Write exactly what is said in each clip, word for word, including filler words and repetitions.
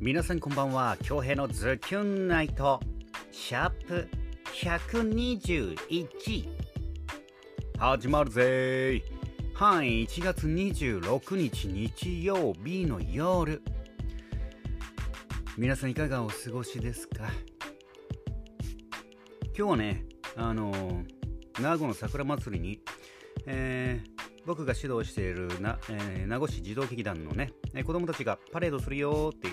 皆さんこんばんは。恭平のズキュンナイトシャープひゃくにじゅういち始まるぜ。はい、いちがつにじゅうろくにち日曜日の夜、皆さんいかがお過ごしですか？今日はね、あのー、名護の桜祭りに、えー、僕が指導しているな、えー、名護市児童劇団のね、えー、子供たちがパレードするよって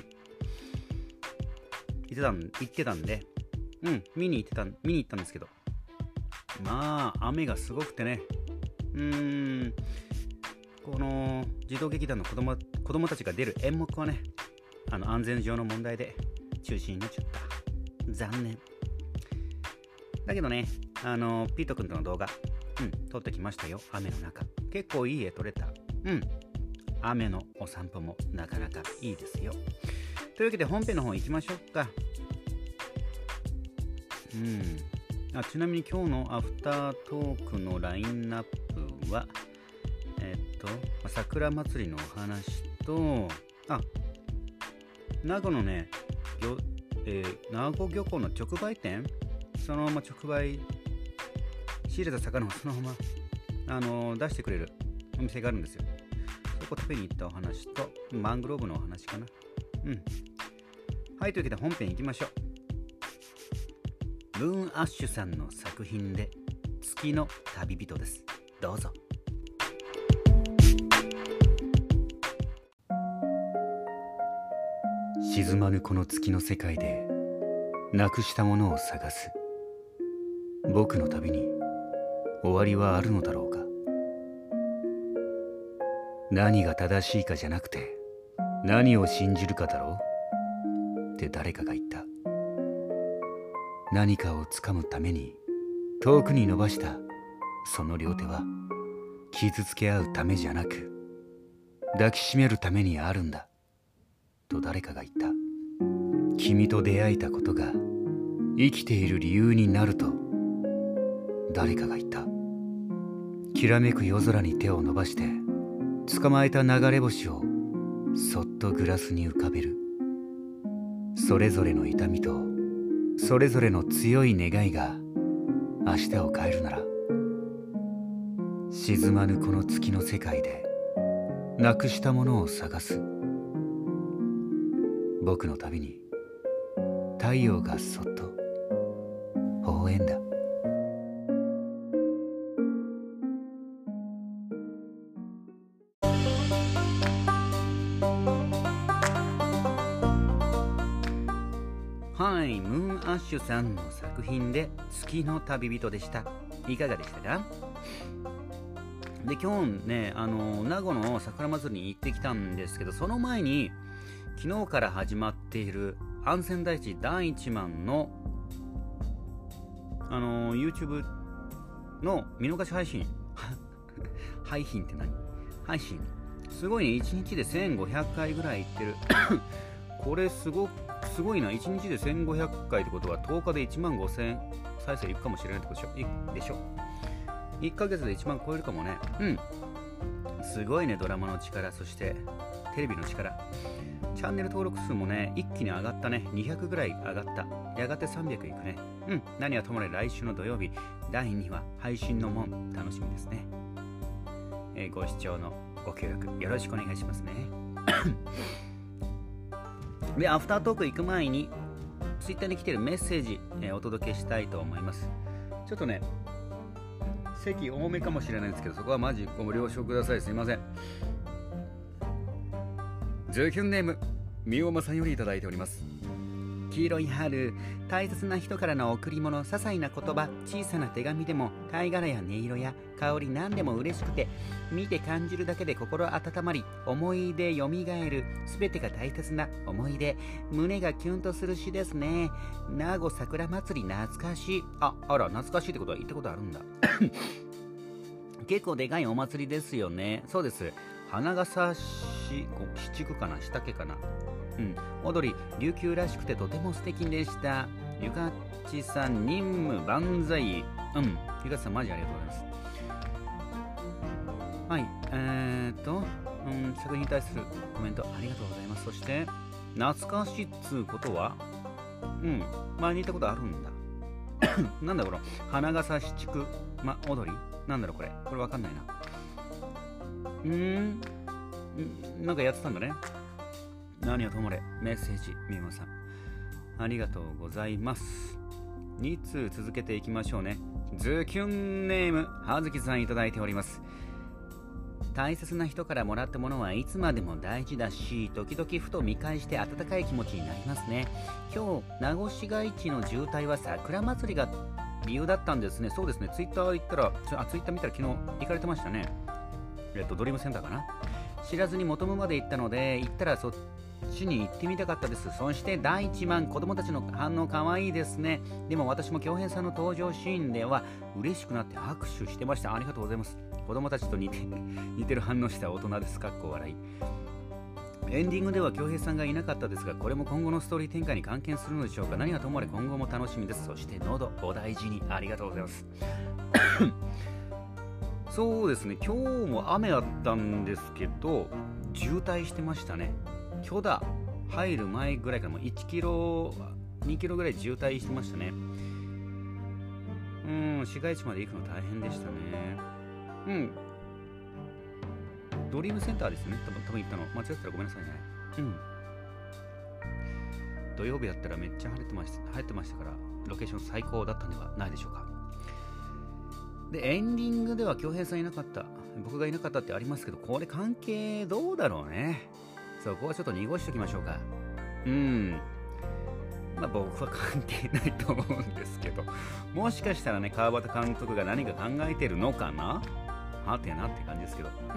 言ってたん、言ってたんで、うん、見に行ってた、見に行ったんですけど、まあ、雨がすごくてね、うーん、この児童劇団の子供、子供たちが出る演目はね、あの安全上の問題で中止になっちゃった。残念。だけどね、あのピート君との動画、うん、撮ってきましたよ。雨の中。結構いい絵撮れた。うん。雨のお散歩もなかなかいいですよ。というわけで本編の方行きましょうか。うん。あ、ちなみに今日のアフタートークのラインナップは、えっと、桜祭りのお話と、あ、名護のね、えー、名護漁港の直売店、そのまま直売、仕入れた魚をそのまま、あのー、出してくれるお店があるんですよ。そこ食べに行ったお話と、マングローブのお話かな。うん。はい、というわけで本編行きましょう。ムーンアッシュさんの作品で、月の旅人です。どうぞ。沈まぬこの月の世界で、なくしたものを探す。僕の旅に終わりはあるのだろうか。何が正しいかじゃなくて、何を信じるかだろうって誰かが言った。何かをつかむために遠くに伸ばしたその両手は、傷つけ合うためじゃなく抱きしめるためにあるんだと誰かが言った。君と出会えたことが生きている理由になると誰かが言った。きらめく夜空に手を伸ばして捕まえた流れ星をそっとグラスに浮かべる。それぞれの痛みとそれぞれの強い願いが明日を変えるなら、沈まぬこの月の世界でなくしたものを探す。僕の旅に太陽がそっと微笑んだ。はい、ムーンアッシュさんの作品で月の旅人でした。いかがでしたか？で、今日ね、あの名護の桜祭りに行ってきたんですけど、その前に昨日から始まっている安全第一第一万のあの YouTube の見逃し配信配信って何？配信すごいね。いちにちでせんごひゃっかいぐらい行ってるこれすごすごいな。いちにちでせんごひゃっかいってことはとおかでいちまんごせん再生いくかもしれないってことでしょ。いでしょ。いっかげつでいちまん超えるかもね。うん、すごいね。ドラマの力、そしてテレビの力。チャンネル登録数もね、一気に上がったね。にひゃくぐらい上がった。やがてさんびゃくいくね。うん、何はともあれ来週の土曜日だいにわ配信の門、楽しみですね。えー、ご視聴のご協力よろしくお願いしますねで、アフタートーク行く前にツイッターに来てるメッセージ、えー、お届けしたいと思います。ちょっとね、席多めかもしれないんですけど、そこはマジご了承ください。すいません。ズキュンネームみおまさんよりいただいております。黄色い春、大切な人からの贈り物、些細な言葉、小さな手紙でも貝殻や音色や香り、何でも嬉しくて見て感じるだけで心温まり、思い出よみがえる、すべてが大切な思い出、胸がキュンとする詩ですね。名護桜祭り懐かしい。あ、あら懐かしいってことは行ったことあるんだ結構でかいお祭りですよね。そうです。花笠市七区かな、下家かな。うん、踊り琉球らしくてとても素敵でした。ゆかちさん任務万歳。うん、ゆかちさんマジありがとうございます。はい、えーっと、うん、作品に対するコメントありがとうございます。そして懐かしいっつうことは、うん、前に言ったことあるんだ。なんだこの花笠七区、ま、踊りなんだろうこれ。これわかんないな。うーん、なんかやってたんだね。何はともれ、メッセージ、みゆまさん。ありがとうございます。に通続けていきましょうね。ズキュンネーム、はずきさんいただいております。大切な人からもらったものはいつまでも大事だし、時々ふと見返して温かい気持ちになりますね。今日、名護市街地の渋滞は桜祭りが理由だったんですね。そうですね、ツイッター行ったら、あ、ツイッター見たら昨日行かれてましたね。えっと、ドリームセンターかな。知らずに元まで行ったので、行ったらそっちに行ってみたかったです。そして第一番、子供たちの反応かわいいですね。でも私も京平さんの登場シーンでは嬉しくなって拍手してました。ありがとうございます。子供たちと似て似てる反応した大人です。かっこ笑い。エンディングでは京平さんがいなかったですが、これも今後のストーリー展開に関係するのでしょうか。何はともあれ今後も楽しみです。そして喉お大事に。ありがとうございます。そうですね、今日も雨あったんですけど渋滞してましたね。許田入る前ぐらいからもういちキロにキロぐらい渋滞してましたね。うん、市街地まで行くの大変でしたね。うん、ドリームセンターですね。多分多分行ったの間違ってたらごめんなさいね。うん、土曜日だったらめっちゃ晴れてました晴れてましたからロケーション最高だったんではないでしょうか。で、エンディングでは京平さんいなかった、僕がいなかったってありますけど、これ関係どうだろうね。そこはちょっと濁しときましょうか。うん。まあ僕は関係ないと思うんですけど、もしかしたらね、川端監督が何か考えてるのかなはてなって感じですけど。うん。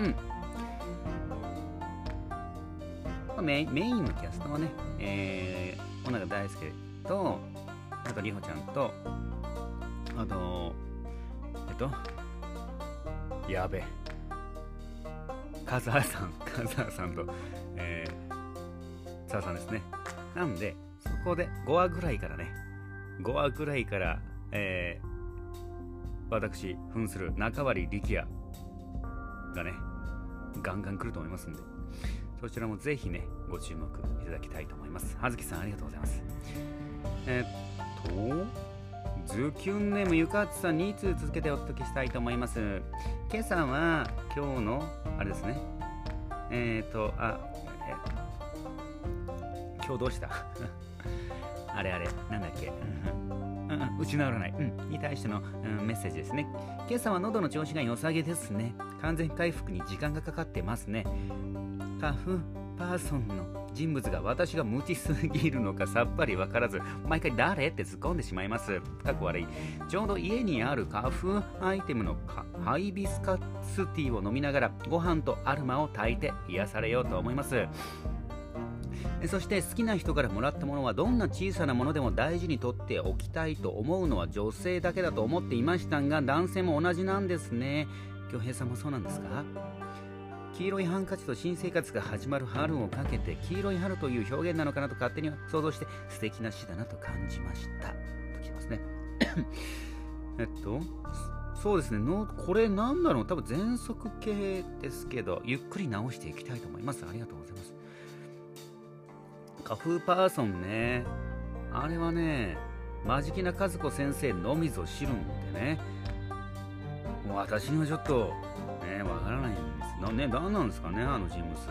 まあ、メ, メインのキャストはね、えー、小永大輔と、あと里帆ちゃんと、あと、えっと、やべえ。カズハさん、カズハさんと、えー、サーさんですね。なんで、そこでごわぐらいからね、ごわぐらいから、えー、私、扮する中割力也がね、ガンガン来ると思いますんで、そちらもぜひね、ご注目いただきたいと思います。はずきさん、ありがとうございます。えー、っと、ズキュンネームゆかつさんに通続けてお届けしたいと思います。今朝は今日のあれですね。えっ、ー、とあえ今日どうしたあれあれなんだっけ、うんうん、失わらない、うん、に対しての、うん、メッセージですね。今朝は喉の調子が良さげですね。完全回復に時間がかかってますね。花粉パーソンの人物が私が無知すぎるのかさっぱり分からず、毎回誰って突っ込んでしまいます。かっこ悪い。ちょうど家にある花粉アイテムのハイビスカスティーを飲みながらご飯とアルマを炊いて癒されようと思います。そして好きな人からもらったものはどんな小さなものでも大事にとっておきたいと思うのは女性だけだと思っていましたが、男性も同じなんですね。京平さんもそうなんですか？黄色いハンカチと新生活が始まる春をかけて、黄色い春という表現なのかなと勝手に想像して素敵な詩だなと感じましたと来てますね。えっとそうですねのこれなんだろう、多分喘息系ですけどゆっくり直していきたいと思います。ありがとうございます。花風パーソンね、あれはねマジキナ和子先生のみぞ知るんでね、もう私にはちょっとねわからないんですなね。何なんですかねあの人物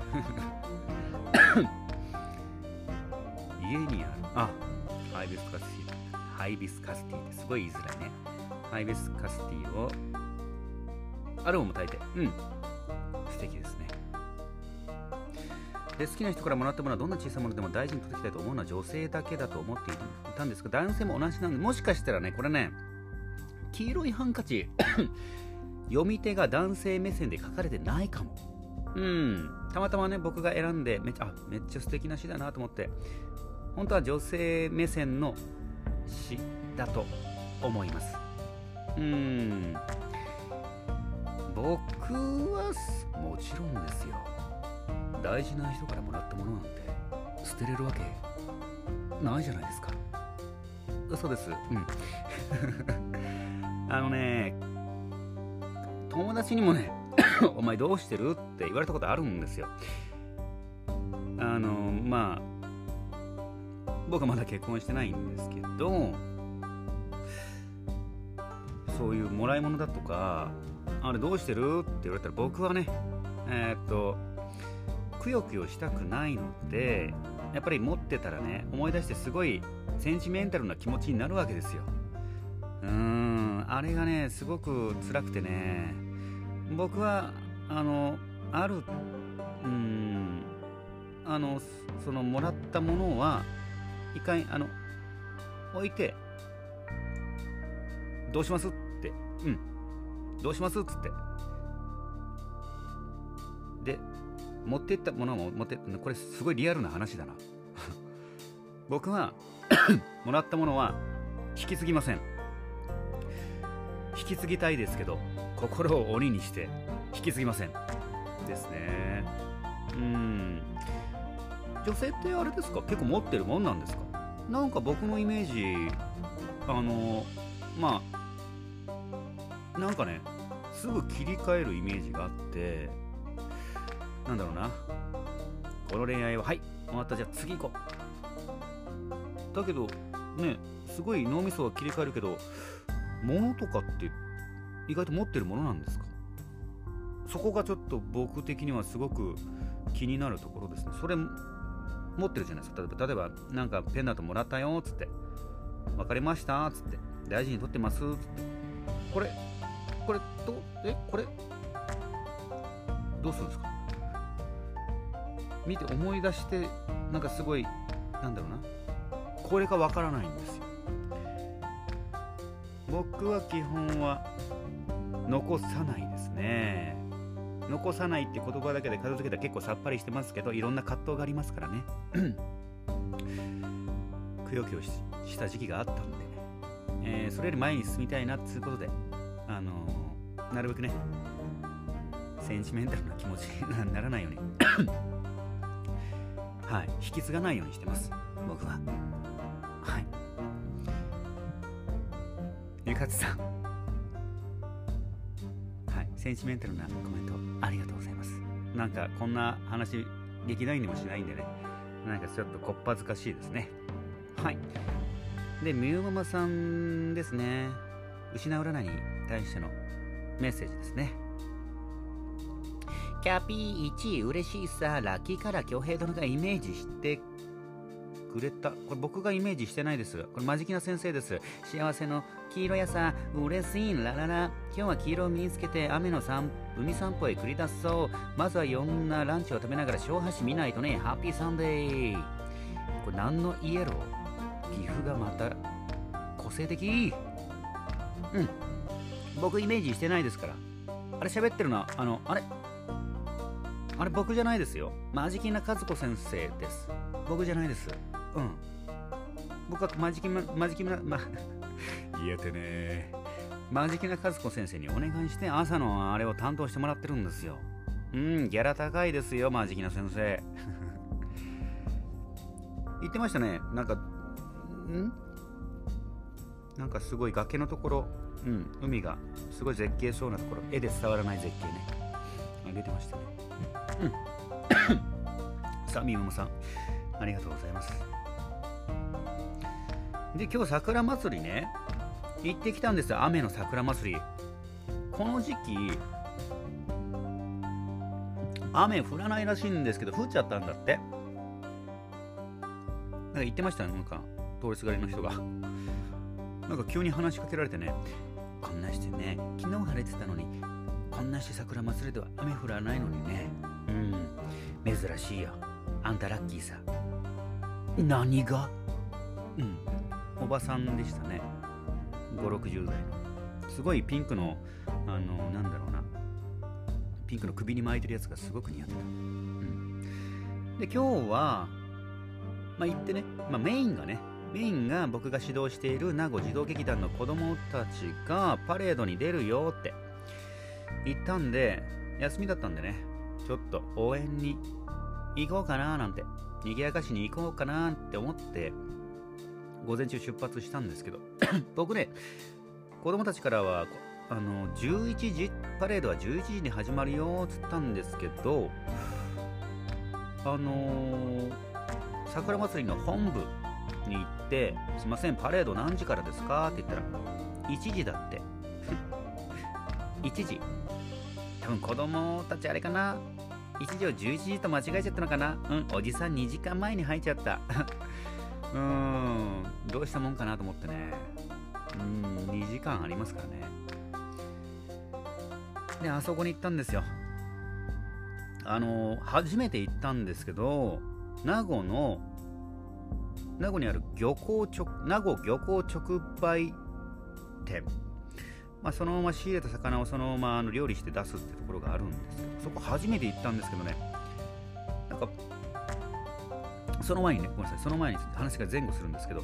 家にあるあハイビスカスティーハイビスカスティーってすごい言いづらいね。ハイビスカスティーをアロマも炊いて、うん素敵ですね。で好きな人からもらったものはどんな小さなものでも大事に取っていきたいと思うのは女性だけだと思っていたんですが、男性も同じなんで、もしかしたらねこれね黄色いハンカチ読み手が男性目線で書かれてないかも。うんたまたまね僕が選んでめっちゃあめっちゃ素敵な詩だなと思って、本当は女性目線の詩だと思います。うん僕はもちろんですよ、大事な人からもらったものなんて捨てれるわけないじゃないですか。嘘です。うんあのね友達にもねお前どうしてるって言われたことあるんですよ。 あのまあ僕はまだ結婚してないんですけど、そういうもらい物だとかあれどうしてるって言われたら、僕はねえー、っとくよくよしたくないので、やっぱり持ってたらね思い出してすごいセンチメンタルな気持ちになるわけですよ。うーんあれがねすごく辛くてね、僕はあのあるうーんあのそのもらったものは一回あの置いて、どうしますってうんどうしますっつってで持っていったものも持って、これすごいリアルな話だな僕はもらったものは引き継ぎません。引き継ぎたいですけど心を鬼にして引き継ぎませんですね。うーん女性ってあれですか、結構持ってるもんなんですか。なんか僕のイメージあのまあなんかねすぐ切り替えるイメージがあって、なんだろうな、この恋愛ははい終わった、じゃあ次行こう。だけどねすごい脳みそが切り替えるけど、物とかって意外と持ってるものなんですか。そこがちょっと僕的にはすごく気になるところですね。それ持ってるじゃないですか。例えば例えばなんかペンダントもらったよっつって、分かりましたっつって、大事に取ってますっつって、これこれどえこれどうするんですか。見て思い出して、なんかすごいなんだろうな、これがわからないんですよ。僕は基本は残さないですね。残さないって言葉だけで片付けたら結構さっぱりしてますけど、いろんな葛藤がありますからねくよくよ し, した時期があったんでね、えー、それより前に進みたいなっていうことで、あのー、なるべくねセンチメンタルな気持ちにならないようにはい、引き継がないようにしてます僕は。はい、ゆかつさん、はい、センチメンタルなコメントありがとうございます。なんかこんな話劇団員にもしないんでね、なんかちょっとこっぱずかしいですね。はい。でみゆママさんですね、失うらなに対してのメッセージですね。キャピーいちい嬉しいさ、ラッキーカラー恭平殿がイメージしてくれた。これ僕がイメージしてないです。これマジキな先生です。幸せの黄色やさ、嬉しいんラララ。今日は黄色を身につけて雨の散海散歩へ繰り出そう。まずはいろんなランチを食べながら小橋見ないとね。ハッピーサンデー。これ何のイエロー、岐阜がまた個性的。うん僕イメージしてないですから。あれ喋ってるのはあのあれあれ僕じゃないですよ。マジキナ和子先生です。僕じゃないです。うん僕はマジキナマジキナま言えてねマジキナ和子先生にお願いして朝のあれを担当してもらってるんですよ。うんギャラ高いですよマジキナ先生言ってましたね。なんかんなんかすごい崖のところ、うん、海がすごい絶景そうなところ、絵で伝わらない絶景ね出てましたね。うんさあみももさんありがとうございます。で今日桜祭りね行ってきたんですよ。雨の桜祭り。この時期雨降らないらしいんですけど降っちゃったんだって。なんか言ってましたね。なんか通りすがりの人がなんか急に話しかけられてね、こんなしてね昨日晴れてたのにこんなして桜祭りでは雨降らないのにね、うん珍しいよあんたラッキーさ。何がうんおばさんでしたね。ご、ろくじゅう代のすごいピンクのあのなんだろうなピンクの首に巻いてるやつがすごく似合ってた。うんで今日はまあ行ってね、まあ、メインがねメインが僕が指導している名護児童劇団の子供たちがパレードに出るよって言ったんで、休みだったんでねちょっと応援に行こうかななんて、賑やかしに行こうかなって思って午前中出発したんですけど僕ね子供たちからはあのじゅういちじパレードはじゅういちじに始まるよっつったんですけど、 あのー、桜祭りの本部に行って、すいませんパレード何時からですかって言ったらいちじだっていちじ、多分子供たちあれかな、いちじをじゅういちじと間違えちゃったのかな。うん、おじさんにじかんまえに入っちゃったうーん、どうしたもんかなと思ってね。うん、にじかんありますからね。で、あそこに行ったんですよ。あの初めて行ったんですけど、名護の名護にある漁港直名護漁港直売店、まあ、そのまま仕入れた魚をそのままあの料理して出すってところがあるんですけど、そこ初めて行ったんですけどね、なんかその前にね、ごめんなさい、その前に話が前後するんですけど、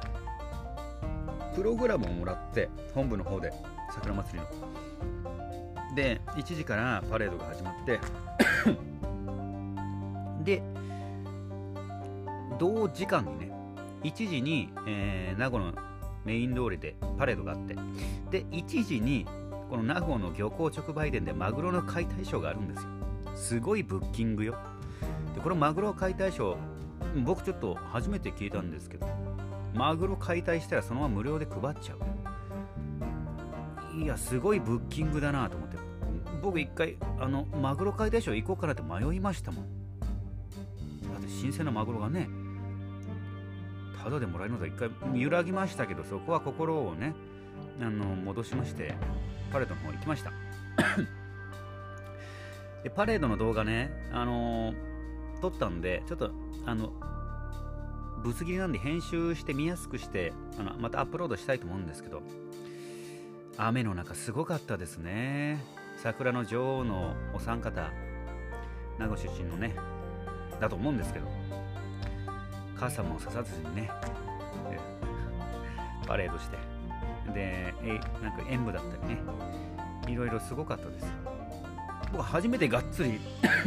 プログラムをもらって本部の方で桜祭りのでいちじからパレードが始まってで同時間にねいちじに、えー、名護のメイン通りでパレードがあって、でいちじにこの名護の漁港直売店でマグロの解体ショーがあるんですよ。すごいブッキングよ。でこのマグロ解体ショー、僕ちょっと初めて聞いたんですけど、マグロ解体したらそのまま無料で配っちゃう。いやすごいブッキングだなと思って、僕一回あのマグロ解体ショー行こうかなって迷いましたもん。だって新鮮なマグロがねただでもらえるのと一回揺らぎましたけど、そこは心をねあの戻しましてパレードの方行きましたでパレードの動画ね、あのー、撮ったんでちょっとあのぶつ切りなんで編集して見やすくしてあのまたアップロードしたいと思うんですけど、雨の中すごかったですね。桜の女王のお三方、名護出身のねだと思うんですけど、傘もささずにねパレードしてでえなんか演舞だったりね、いろいろすごかったです。僕初めてがっつり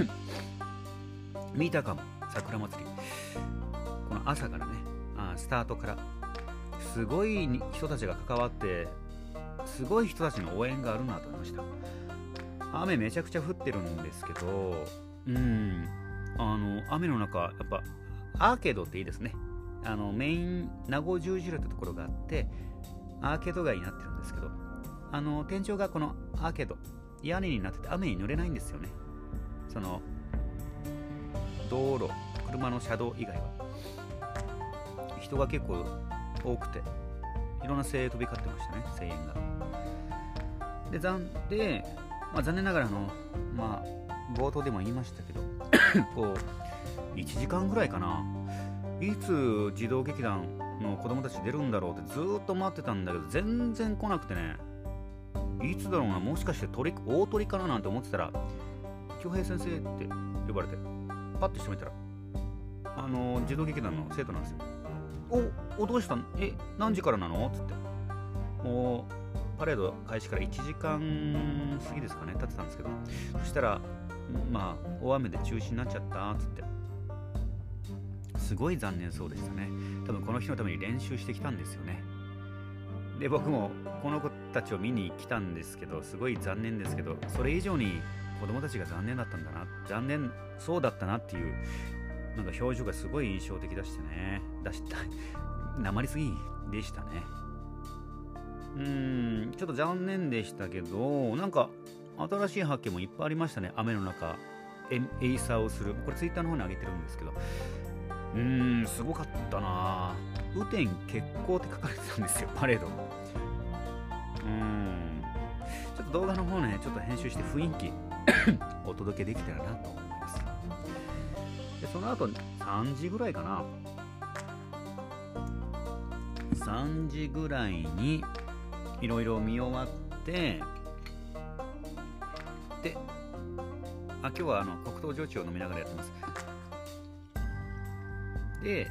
見たかも、桜祭り。この朝からねあスタートからすごい人たちが関わって、すごい人たちの応援があるなと思いました。雨めちゃくちゃ降ってるんですけど、うんあの雨の中やっぱアーケードっていいですね。あのメイン名護十字路ってところがあってアーケード街になってるんですけど、あの天井がこのアーケード屋根になってて雨に濡れないんですよね。その道路車の車道以外は人が結構多くていろんな声援飛び交ってましたね、声援が。で残で、まあ、残念ながらあのまあ冒頭でも言いましたけどこういちじかんぐらいかな、いつ児童劇団の子供たち出るんだろうってずーっと待ってたんだけど全然来なくてね、いつだろうな、もしかして鳥大鳥かななんて思ってたら京平先生って呼ばれてパッとしてみたらあの児童劇団の生徒なんですよ。おおどうしたんえ何時からなのつって、もうパレード開始からいちじかん過ぎですかね経ってたんですけど、そしたらまあ大雨で中止になっちゃったっつって、すごい残念そうでしたね。多分この日のために練習してきたんですよね。で僕もこの子たちを見に来たんですけど、すごい残念ですけど、それ以上に子供たちが残念だったんだな、残念そうだったなっていうなんか表情がすごい印象的だしてね、出したなまりすぎでしたね。うーんちょっと残念でしたけど、なんか新しい発見もいっぱいありましたね。雨の中エイサーをする、これツイッターの方に上げてるんですけど、うーんすごかったな。雨天決行って書かれてたんですよ、パレード。うーんちょっと動画の方ねちょっと編集して雰囲気お届けできたらなと思います。でその後さんじぐらいかな、さんじぐらいにいろいろ見終わってで、あ今日はあの黒糖焼酎を飲みながらやってます。で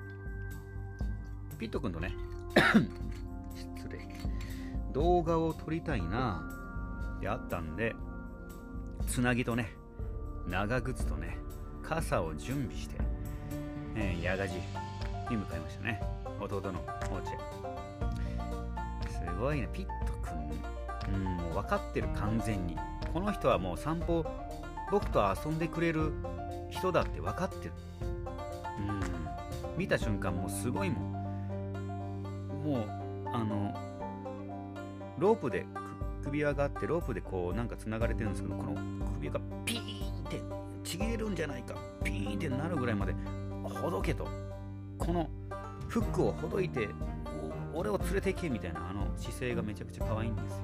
ピット君とね失礼動画を撮りたいなってあったんで、つなぎとね長靴とね傘を準備して、えー、ヤガジに向かいましたね。弟のお家。すごいねピット君、うんもう分かってる完全に。この人はもう散歩僕と遊んでくれる人だって分かってる。うん、見た瞬間もうすごいもん。もうあのロープで首輪があって、ロープでこうなんかつながれてるんですけど、この首がピーンってちぎれるんじゃないか、ピーンってなるぐらいまでほどけと、このフックをほどいて俺を連れて行けみたいなあの姿勢がめちゃくちゃ可愛いんですよ。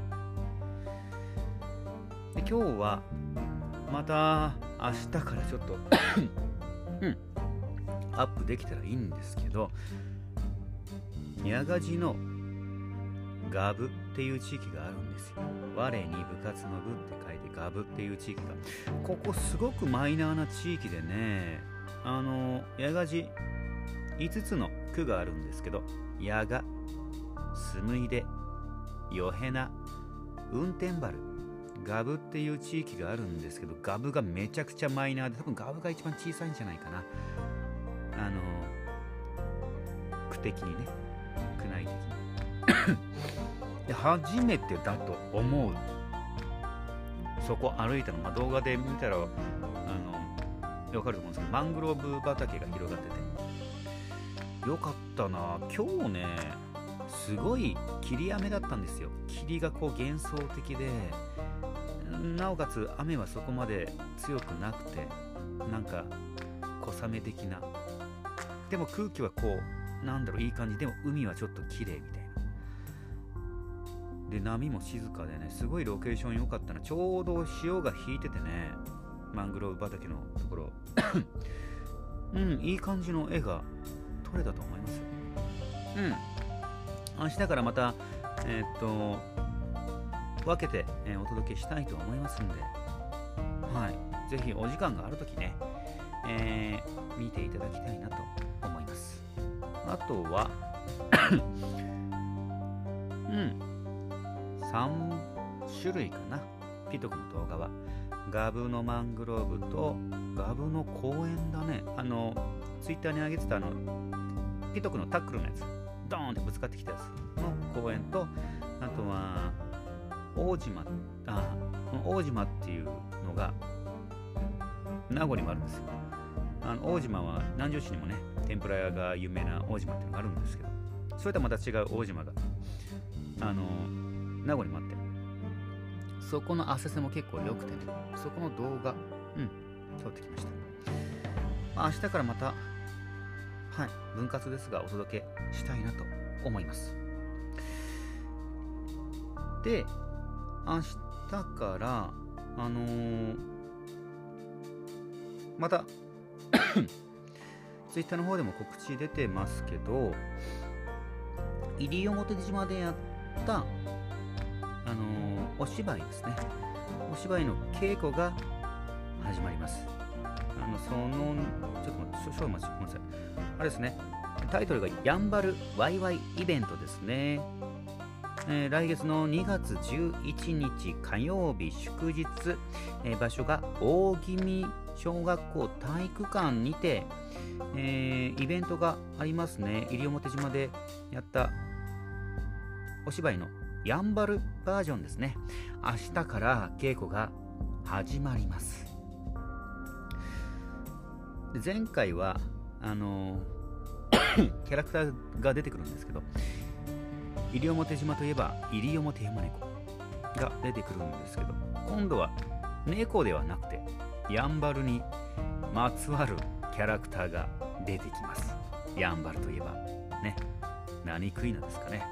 で今日はまた明日からちょっとうんアップできたらいいんですけど、矢賀寺のガブっていう地域があるんですよ。我に部活の部って書いてガブっていう地域が、ここすごくマイナーな地域でね、あの矢賀寺いつつの区があるんですけど、矢賀、紬出、与平名、運天原、ガブっていう地域があるんですけど、ガブがめちゃくちゃマイナーで、多分ガブが一番小さいんじゃないかな。あの区的にね、区内的にで初めてだと思う。そこ歩いたの、まあ、動画で見たらあの分かると思うんですけど、マングローブ畑が広がっててよかったな。今日ねすごい霧雨だったんですよ。霧がこう幻想的で、なおかつ雨はそこまで強くなくて、なんか小雨的な、でも空気はこうなんだろう、いい感じで、も海はちょっと綺麗みたいな。で波も静かでね、すごいロケーション良かったな。ちょうど潮が引いててね、マングローブ畑のところうんいい感じの絵が撮れたと思いますよ。うん明日からまたえー、っと分けて、えー、お届けしたいと思いますんで、はいぜひお時間があるときね、えー、見ていただきたいなと思います。あとはうんさん種類かな、ピトクの動画は。ガブのマングローブとガブの公園だね。あのツイッターに上げてたあのピトクのタックルのやつ、ドーンってぶつかってきたやつの公園と、あとは大島、あ大島っていうのが名護にもあるんですよ。あの大島は南城市にもね、天ぷら屋が有名な大島っていうのがあるんですけど、それとはまた違う大島があの名護にもあって、そこの浅瀬も結構良くてね、そこの動画うん撮ってきました。まあ、明日からまたはい分割ですがお届けしたいなと思います。で明日からあのー、またツイッターの方でも告知出てますけど、西表島でやったあのー、お芝居ですね。お芝居の稽古が始まります。あのそのちょっと待って、少々お待ちください。あれですね、タイトルがやんばるワイワイイベントですね。えー、来月のにがつじゅういちにち火曜日祝日、えー、場所が大宜味小学校体育館にて、えー、イベントがありますね。西表島でやったお芝居のやんばるバージョンですね。明日から稽古が始まります。前回はあのー、キャラクターが出てくるんですけど、西表島といえば西表山猫が出てくるんですけど、今度は猫ではなくてやんばるにまつわるキャラクターが出てきます。やんばるといえばね、何クイナですかね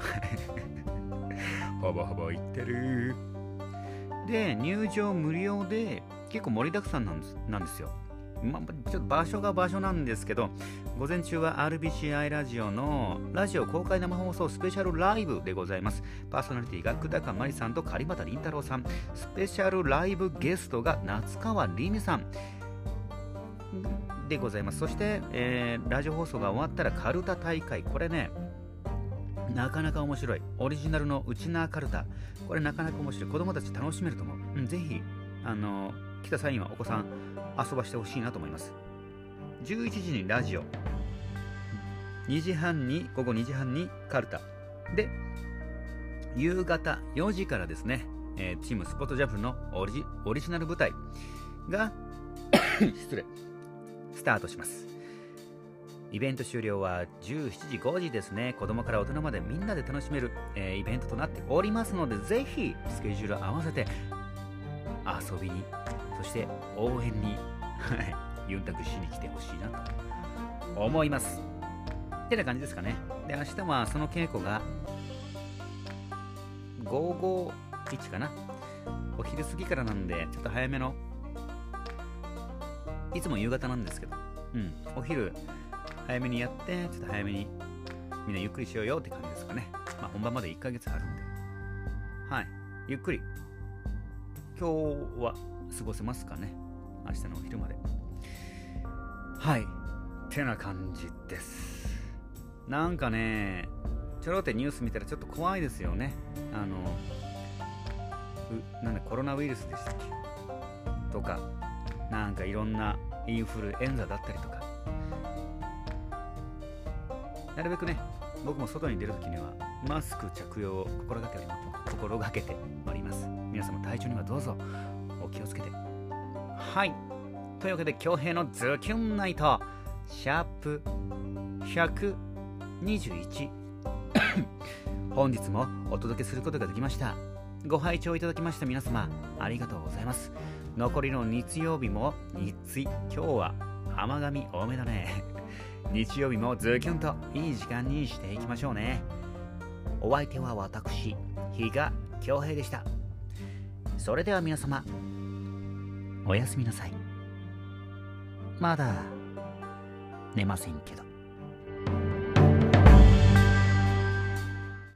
ほぼほぼ言ってる。で入場無料で結構盛りだくさんなんです、なんですよ。まあ、ちょっと場所が場所なんですけど、午前中は アールビーシーアイ ラジオのラジオ公開生放送スペシャルライブでございます。パーソナリティが久高まりさんと狩俣凛太郎さん、スペシャルライブゲストが夏川りみさんでございます。そして、えー、ラジオ放送が終わったらカルタ大会、これねなかなか面白いオリジナルのウチナーカルタ、これなかなか面白い、子供たち楽しめると思う、うん、ぜひあの来た際にはお子さん遊ばしてほしいなと思います。じゅういちじにラジオ、にじはんに午後にじはんにカルタで、夕方よじからですね、えー、チームスポットジャンプのオリジ、オリジナル舞台が失礼スタートします。イベント終了はじゅうしちじごじですね。子供から大人までみんなで楽しめる、えーイベントとなっておりますので、ぜひスケジュール合わせて遊びに、そして応援にユンタクしに来てほしいなと思います。ってな感じですかね。で、明日はその稽古がごーごーいちかな。お昼過ぎからなんで、ちょっと早めの、いつも夕方なんですけど、うん、お昼早めにやって、ちょっと早めにみんなゆっくりしようよって感じですかね。まあ本番までいっかげつあるんで、はい、ゆっくり今日は過ごせますかね。明日のお昼まで。はい。ってな感じです。なんかね、ちょろってニュース見たらちょっと怖いですよね。あの、うなんだ、コロナウイルスでしたっけとか、なんかいろんなインフルエンザだったりとか。なるべくね、僕も外に出るときにはマスク着用を心がけて心がけております。皆様体調にはどうぞお気をつけて。はい。というわけで、恭平のズキュンナイトシャープひゃくにじゅういち本日もお届けすることができました。ご拝聴いただきました皆様、ありがとうございます。残りの日曜日も日今日は甘噛多めだね日曜日もズキュンといい時間にしていきましょうね。お相手は私、比嘉恭平でした。それでは皆様、おやすみなさい。まだ寝ませんけど。